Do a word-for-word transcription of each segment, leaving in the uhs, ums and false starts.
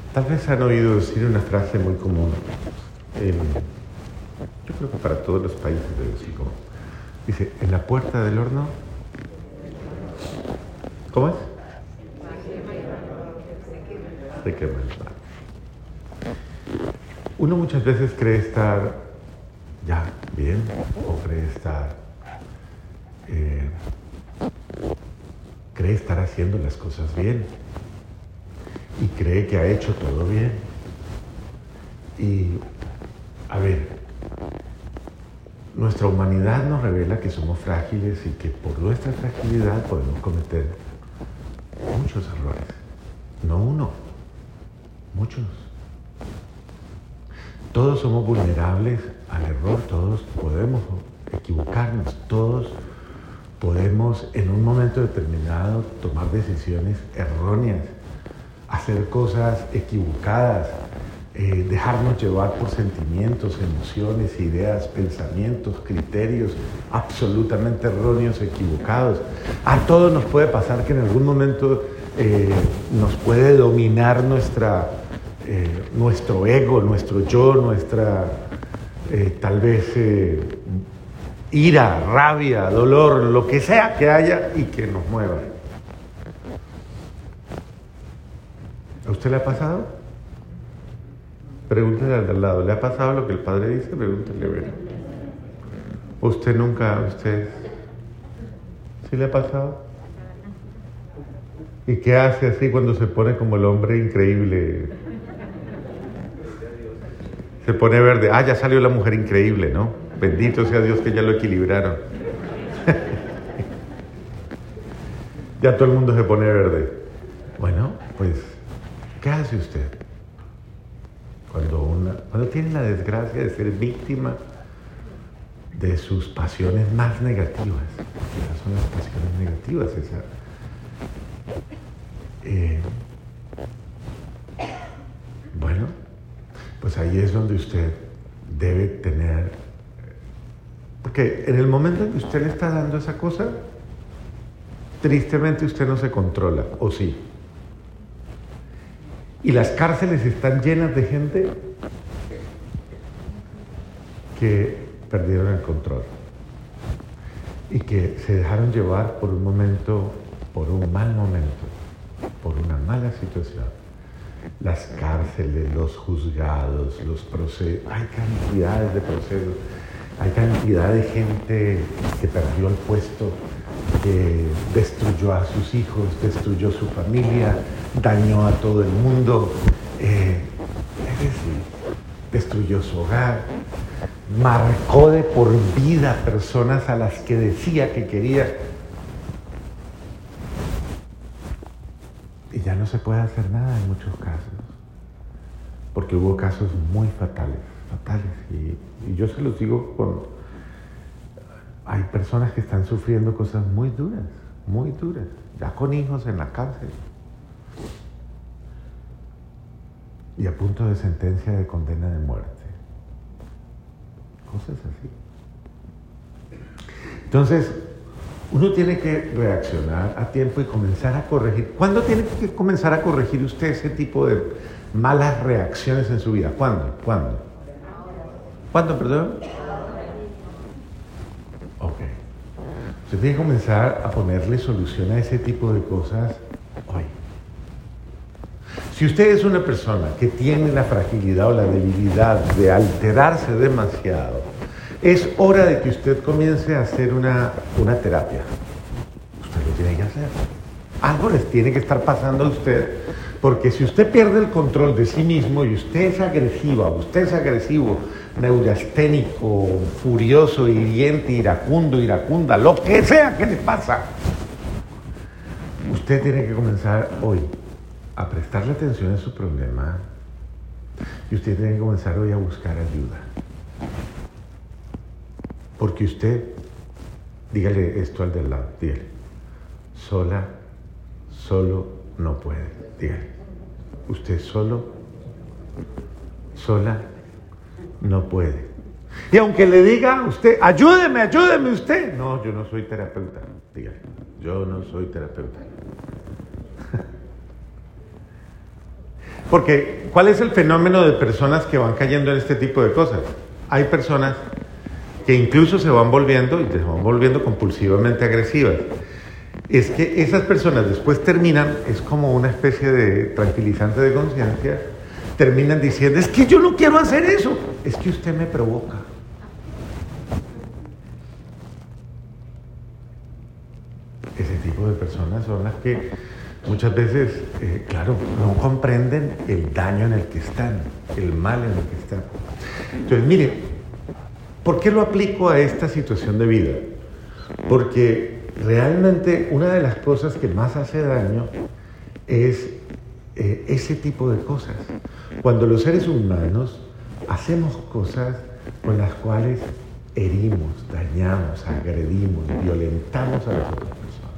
Tal vez han oído decir una frase muy común, en, yo creo que para todos los países debe ser común. Dice, en la puerta del horno, ¿cómo es? Se quema el pan. Uno muchas veces cree estar ya bien, o cree estar, eh, cree estar haciendo las cosas bien, y cree que ha hecho todo bien. Y, a ver, nuestra humanidad nos revela que somos frágiles y que por nuestra fragilidad podemos cometer muchos errores. No uno, muchos. Todos somos vulnerables al error, todos podemos equivocarnos, todos podemos en un momento determinado tomar decisiones erróneas, hacer cosas equivocadas, eh, dejarnos llevar por sentimientos, emociones, ideas, pensamientos, criterios absolutamente erróneos, equivocados. A todos nos puede pasar que en algún momento eh, nos puede dominar nuestra, eh, nuestro ego, nuestro yo, nuestra eh, tal vez eh, ira, rabia, dolor, lo que sea que haya y que nos mueva. ¿A usted le ha pasado? Pregúntele al de al lado, ¿le ha pasado lo que el padre dice? Pregúntele a ver. ¿Usted nunca, usted, sí le ha pasado? ¿Y qué hace así cuando se pone como el hombre increíble? Se pone verde. Ah, ya salió la mujer increíble, ¿no? Bendito sea Dios que ya lo equilibraron. Ya todo el mundo se pone verde. Bueno, pues, ¿qué hace usted cuando, una, cuando tiene la desgracia de ser víctima de sus pasiones más negativas? Esas son las pasiones negativas, esa. Eh, bueno, pues ahí es donde usted debe tener, porque en el momento en que usted le está dando esa cosa, tristemente usted no se controla, ¿o sí? Y las cárceles están llenas de gente que perdieron el control y que se dejaron llevar por un momento, por un mal momento, por una mala situación. Las cárceles, los juzgados, los procesos, hay cantidades de procesos, hay cantidad de gente que perdió el puesto, que destruyó a sus hijos, destruyó su familia, dañó a todo el mundo, eh, es decir, destruyó su hogar, marcó de por vida personas a las que decía que quería. Y ya no se puede hacer nada en muchos casos, porque hubo casos muy fatales, fatales, y, y yo se los digo con... Hay personas que están sufriendo cosas muy duras, muy duras, ya con hijos en la cárcel, y a punto de sentencia de condena de muerte, cosas así. Entonces, uno tiene que reaccionar a tiempo y comenzar a corregir. ¿Cuándo tiene que comenzar a corregir usted ese tipo de malas reacciones en su vida? ¿Cuándo? ¿Cuándo? ¿Cuándo, perdón? Ok. Usted tiene que comenzar a ponerle solución a ese tipo de cosas hoy. Si usted es una persona que tiene la fragilidad o la debilidad de alterarse demasiado, es hora de que usted comience a hacer una, una terapia. Usted lo tiene que hacer. Algo les tiene que estar pasando a usted, porque si usted pierde el control de sí mismo y usted es agresiva, usted es agresivo, neurasténico, furioso, hiriente, iracundo, iracunda, lo que sea que le pasa, usted tiene que comenzar hoy a prestarle atención a su problema y usted tiene que comenzar hoy a buscar ayuda. Porque usted, dígale esto al del lado, dígale, sola, solo no puede, dígale, usted solo, sola, no puede. Y aunque le diga a usted, ayúdeme, ayúdeme usted, no, yo no soy terapeuta, dígale, yo no soy terapeuta. Porque ¿cuál es el fenómeno de personas que van cayendo en este tipo de cosas? Hay personas que incluso se van volviendo y se van volviendo compulsivamente agresivas. Es que esas personas después terminan, es como una especie de tranquilizante de conciencia, terminan diciendo, es que yo no quiero hacer eso, es que usted me provoca. Ese tipo de personas son las que muchas veces, eh, claro, no comprenden el daño en el que están, el mal en el que están. Entonces, mire, ¿por qué lo aplico a esta situación de vida? Porque realmente una de las cosas que más hace daño es eh, ese tipo de cosas. Cuando los seres humanos hacemos cosas con las cuales herimos, dañamos, agredimos, violentamos a las otras personas.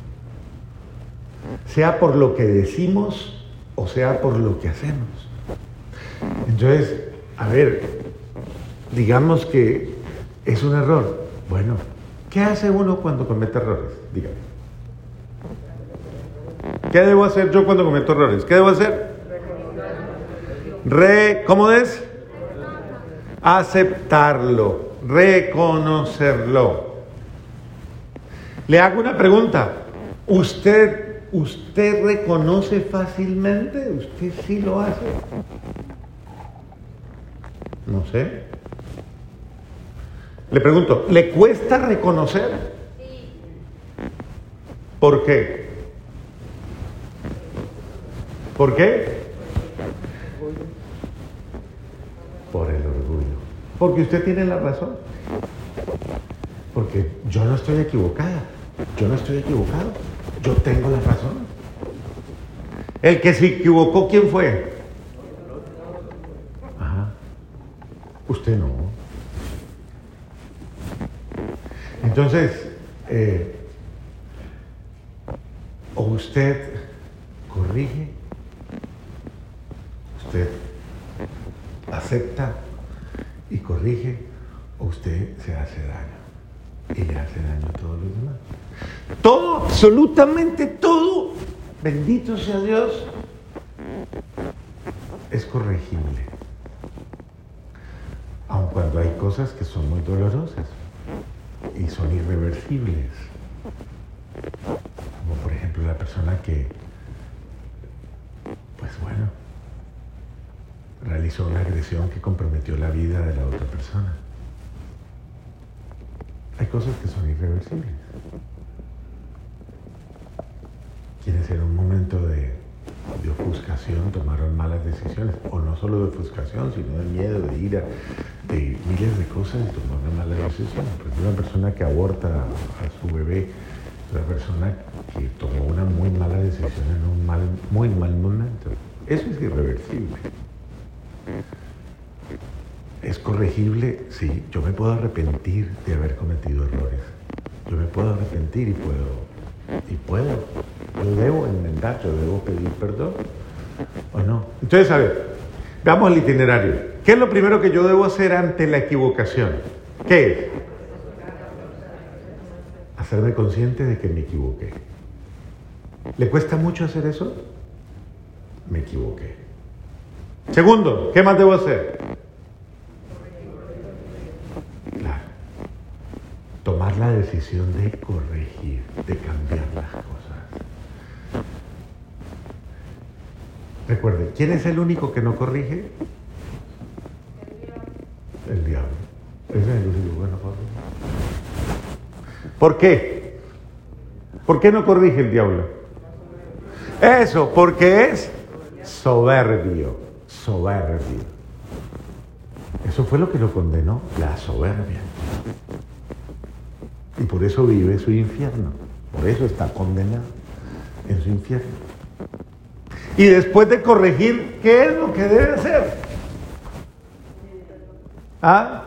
Sea por lo que decimos o sea por lo que hacemos. Entonces, a ver, digamos que es un error. Bueno, ¿qué hace uno cuando comete errores? Dígame. ¿Qué debo hacer yo cuando cometo errores? ¿Qué debo hacer? Re, ¿cómo es? Aceptarlo, reconocerlo. Le hago una pregunta. ¿Usted, usted reconoce fácilmente? ¿Usted sí lo hace? No sé. Le pregunto, ¿le cuesta reconocer? Sí. ¿Por qué? ¿Por qué? Por el orgullo. Porque usted tiene la razón. Porque yo no estoy equivocada. Yo no estoy equivocado. Yo tengo la razón. El que se equivocó, ¿quién fue? Ajá. Usted no. Entonces, eh, o usted corrige, usted acepta y corrige, o usted se hace daño y le hace daño a todos los demás. Todo, absolutamente todo, bendito sea Dios, es corregible, aun cuando hay cosas que son muy dolorosas y son irreversibles, como por ejemplo la persona que, pues bueno, realizó una agresión que comprometió la vida de la otra persona. Hay cosas que son irreversibles. Quienes en un momento de, de ofuscación tomaron malas decisiones, o no solo de ofuscación, sino de miedo, de ira, de miles de cosas, y tomaron malas decisiones. Por ejemplo, una persona que aborta a su bebé, una persona que tomó una muy mala decisión en un mal, muy mal momento. Eso es irreversible. ¿Es corregible? Sí, yo me puedo arrepentir de haber cometido errores. Yo me puedo arrepentir y puedo, y puedo, yo debo enmendar, yo debo pedir perdón, ¿o no? Entonces, a ver, veamos el itinerario. ¿Qué es lo primero que yo debo hacer ante la equivocación? ¿Qué es? Hacerme consciente de que me equivoqué. ¿Le cuesta mucho hacer eso? Me equivoqué. Segundo, ¿qué más debo hacer? Claro. Tomar la decisión de corregir, de cambiar las cosas. Recuerde, ¿quién es el único que no corrige? El diablo. Ese es el único que no corrige. ¿Por qué? ¿Por qué no corrige el diablo? Eso, porque es soberbio. Soberbio. Eso fue lo que lo condenó, la soberbia. Y por eso vive su infierno. Por eso está condenado en su infierno. Y después de corregir, ¿qué es lo que debe hacer? ¿Ah?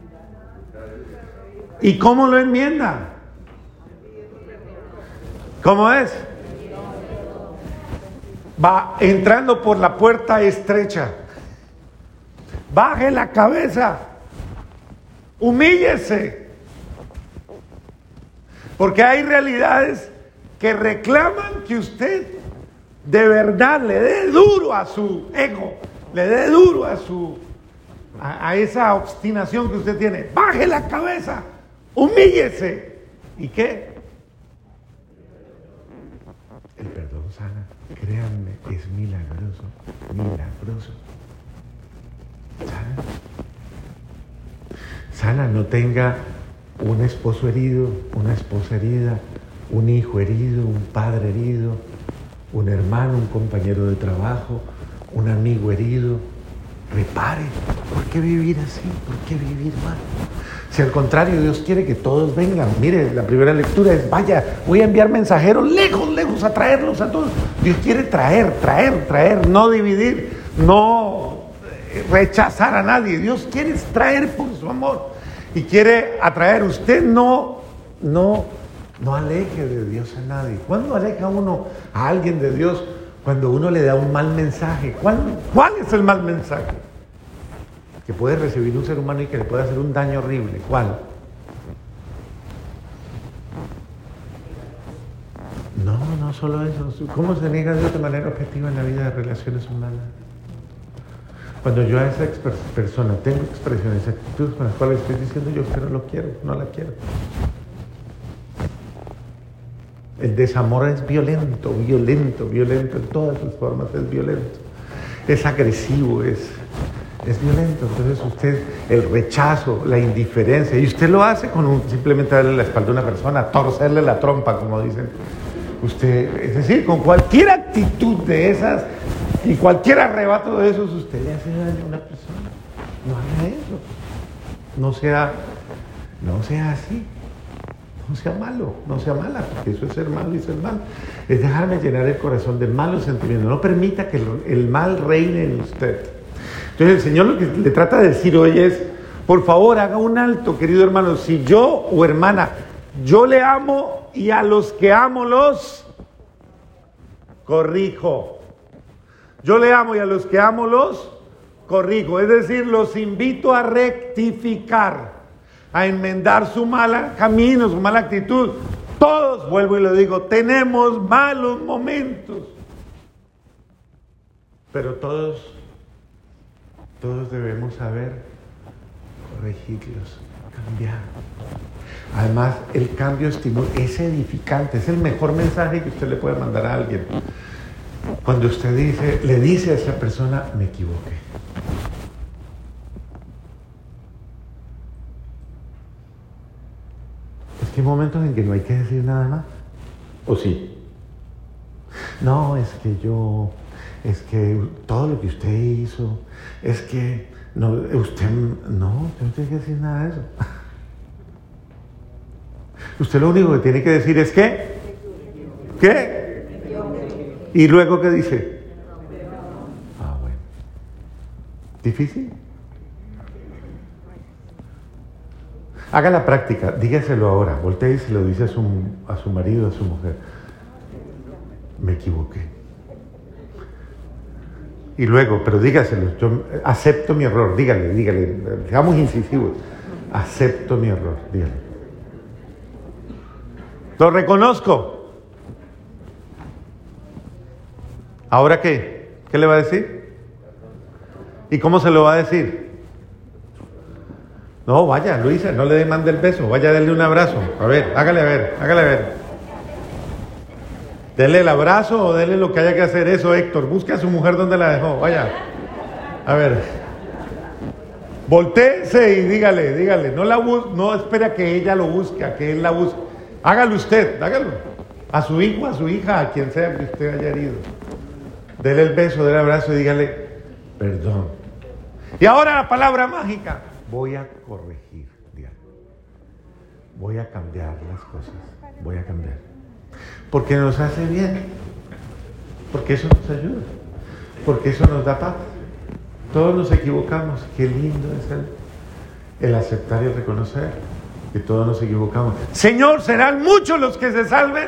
¿Y cómo lo enmienda? ¿Cómo es? Va entrando por la puerta estrecha. Baje la cabeza. Humíllese. Porque hay realidades que reclaman que usted de verdad le dé duro a su ego, le dé duro a su a, a esa obstinación que usted tiene. Baje la cabeza, humíllese. ¿Y qué? El perdón sana, créanme, es milagroso, milagroso. Sana. Sana, no tenga un esposo herido, una esposa herida, un hijo herido, un padre herido, un hermano, un compañero de trabajo, un amigo herido. Repare, ¿por qué vivir así? ¿Por qué vivir mal? Si al contrario, Dios quiere que todos vengan. Mire, la primera lectura es, vaya, voy a enviar mensajeros lejos, lejos, a traerlos a todos. Dios quiere traer, traer, traer, no dividir, no rechazar a nadie. Dios quiere traer por su amor y quiere atraer. Usted no, no, no aleje de Dios a nadie. ¿Cuándo aleja uno a alguien de Dios? Cuando uno le da un mal mensaje. ¿Cuál, cuál es el mal mensaje que puede recibir un ser humano y que le puede hacer un daño horrible? ¿Cuál? No, no solo eso. ¿Cómo se niega Dios de manera objetiva en la vida de relaciones humanas? Cuando yo a esa persona tengo expresiones, actitudes con las cuales estoy diciendo yo que no lo quiero, no la quiero. El desamor es violento, violento, violento, en todas sus formas es violento. Es agresivo, es, es violento. Entonces usted, el rechazo, la indiferencia, y usted lo hace con un, simplemente darle la espalda a una persona, torcerle la trompa, como dicen. Usted, es decir, con cualquier actitud de esas y cualquier arrebato de esos, usted le hace daño a una persona. No haga eso. No sea, no sea así. No sea malo, no sea mala, porque eso es ser malo y ser mal. Es dejarme llenar el corazón de malos sentimientos. No permita que el, el mal reine en usted. Entonces el Señor lo que le trata de decir hoy es, por favor, haga un alto, querido hermano. Si yo o hermana, yo le amo y a los que amo los corrijo. Yo le amo y a los que amo los corrijo. Es decir, los invito a rectificar, a enmendar su mal camino, su mala actitud. Todos, vuelvo y lo digo, tenemos malos momentos. Pero todos, todos debemos saber corregirlos, cambiar. Además, el cambio estimula, es edificante, es el mejor mensaje que usted le puede mandar a alguien. Cuando usted dice, le dice a esa persona, me equivoqué. Hay momentos en que no hay que decir nada más. ¿O sí? No, es que yo, es que todo lo que usted hizo, es que no, usted, no, usted no tiene que decir nada de eso. Usted lo único que tiene que decir es que, ¿qué? Y luego, ¿qué dice? Ah, bueno. ¿Difícil? Haga la práctica, dígaselo ahora, voltee y se lo dice a su, a su marido, a su mujer. Me equivoqué. Y luego, pero dígaselo, yo acepto mi error, dígale, dígale, seamos incisivos. Acepto mi error, dígale. Lo reconozco. ¿Ahora qué? ¿Qué le va a decir? ¿Y cómo se lo va a decir? No, vaya, Luisa, no le mande el beso, vaya a darle un abrazo. A ver, hágale a ver, hágale a ver. Dele el abrazo o dele lo que haya que hacer. Eso, Héctor, busque a su mujer donde la dejó, vaya. A ver. Voltéese y dígale, dígale. No la bus- no espere a que ella lo busque, a que él la busque. Hágalo usted, hágalo. A su hijo, a su hija, a quien sea que usted haya herido. Dele el beso, dele el abrazo y dígale, perdón. Y ahora la palabra mágica. Voy a corregir, dígale. Voy a cambiar las cosas. Voy a cambiar. Porque nos hace bien. Porque eso nos ayuda. Porque eso nos da paz. Todos nos equivocamos. Qué lindo es el, el aceptar y el reconocer que todos nos equivocamos. Señor, ¿serán muchos los que se salven?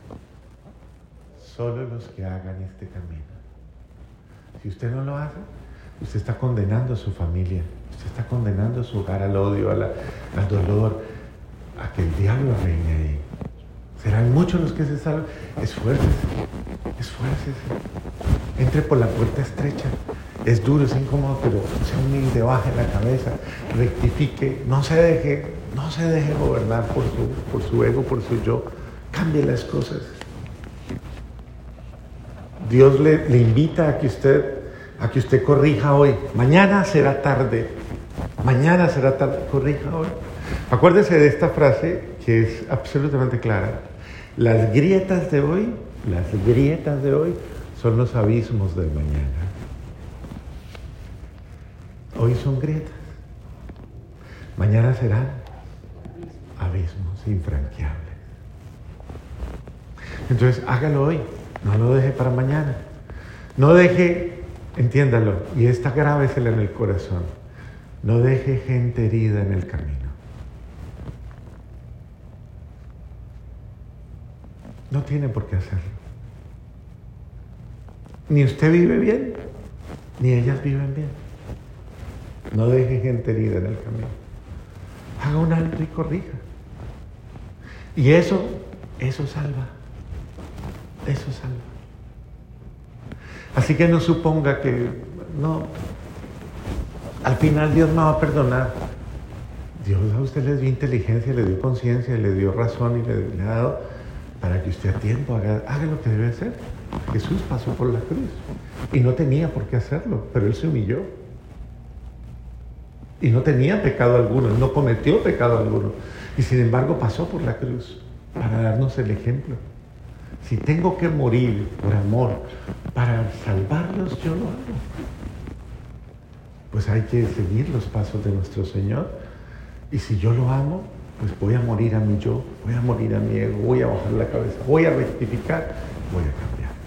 Solo los que hagan este camino. Si usted no lo hace, usted está condenando a su familia. Usted está condenando a su hogar al odio, a la, al dolor, a que el diablo reine ahí. Serán muchos los que se salven. Esfuércese, esfuércese. Entre por la puerta estrecha. Es duro, es incómodo, pero sea humilde, baje la cabeza, rectifique, no se deje, no se deje gobernar por su, por su ego, por su yo. Cambie las cosas. Dios le, le invita a que usted, a que usted corrija hoy. Mañana será tarde. Mañana será tarde. Corrija hoy. Acuérdese de esta frase que es absolutamente clara. Las grietas de hoy, las grietas de hoy son los abismos del mañana. Hoy son grietas. Mañana serán abismos infranqueables. Entonces, hágalo hoy. No lo deje para mañana. No deje, entiéndalo, y esta grábesela en el corazón. No deje gente herida en el camino. No tiene por qué hacerlo. Ni usted vive bien, ni ellas viven bien. No deje gente herida en el camino. Haga un alto y corrija. Y eso, eso salva. Eso salva. Así que no suponga que, no, al final Dios me va a perdonar. Dios a usted le dio inteligencia, le dio conciencia, le dio razón y le, le ha dado para que usted a tiempo haga, haga lo que debe hacer. Jesús pasó por la cruz y no tenía por qué hacerlo, pero Él se humilló. Y no tenía pecado alguno, Él no cometió pecado alguno. Y sin embargo pasó por la cruz para darnos el ejemplo. Si tengo que morir por amor para salvarlos, yo lo hago. Pues hay que seguir los pasos de nuestro Señor. Y si yo lo amo, pues voy a morir a mi yo, voy a morir a mi ego, voy a bajar la cabeza, voy a rectificar, voy a cambiar.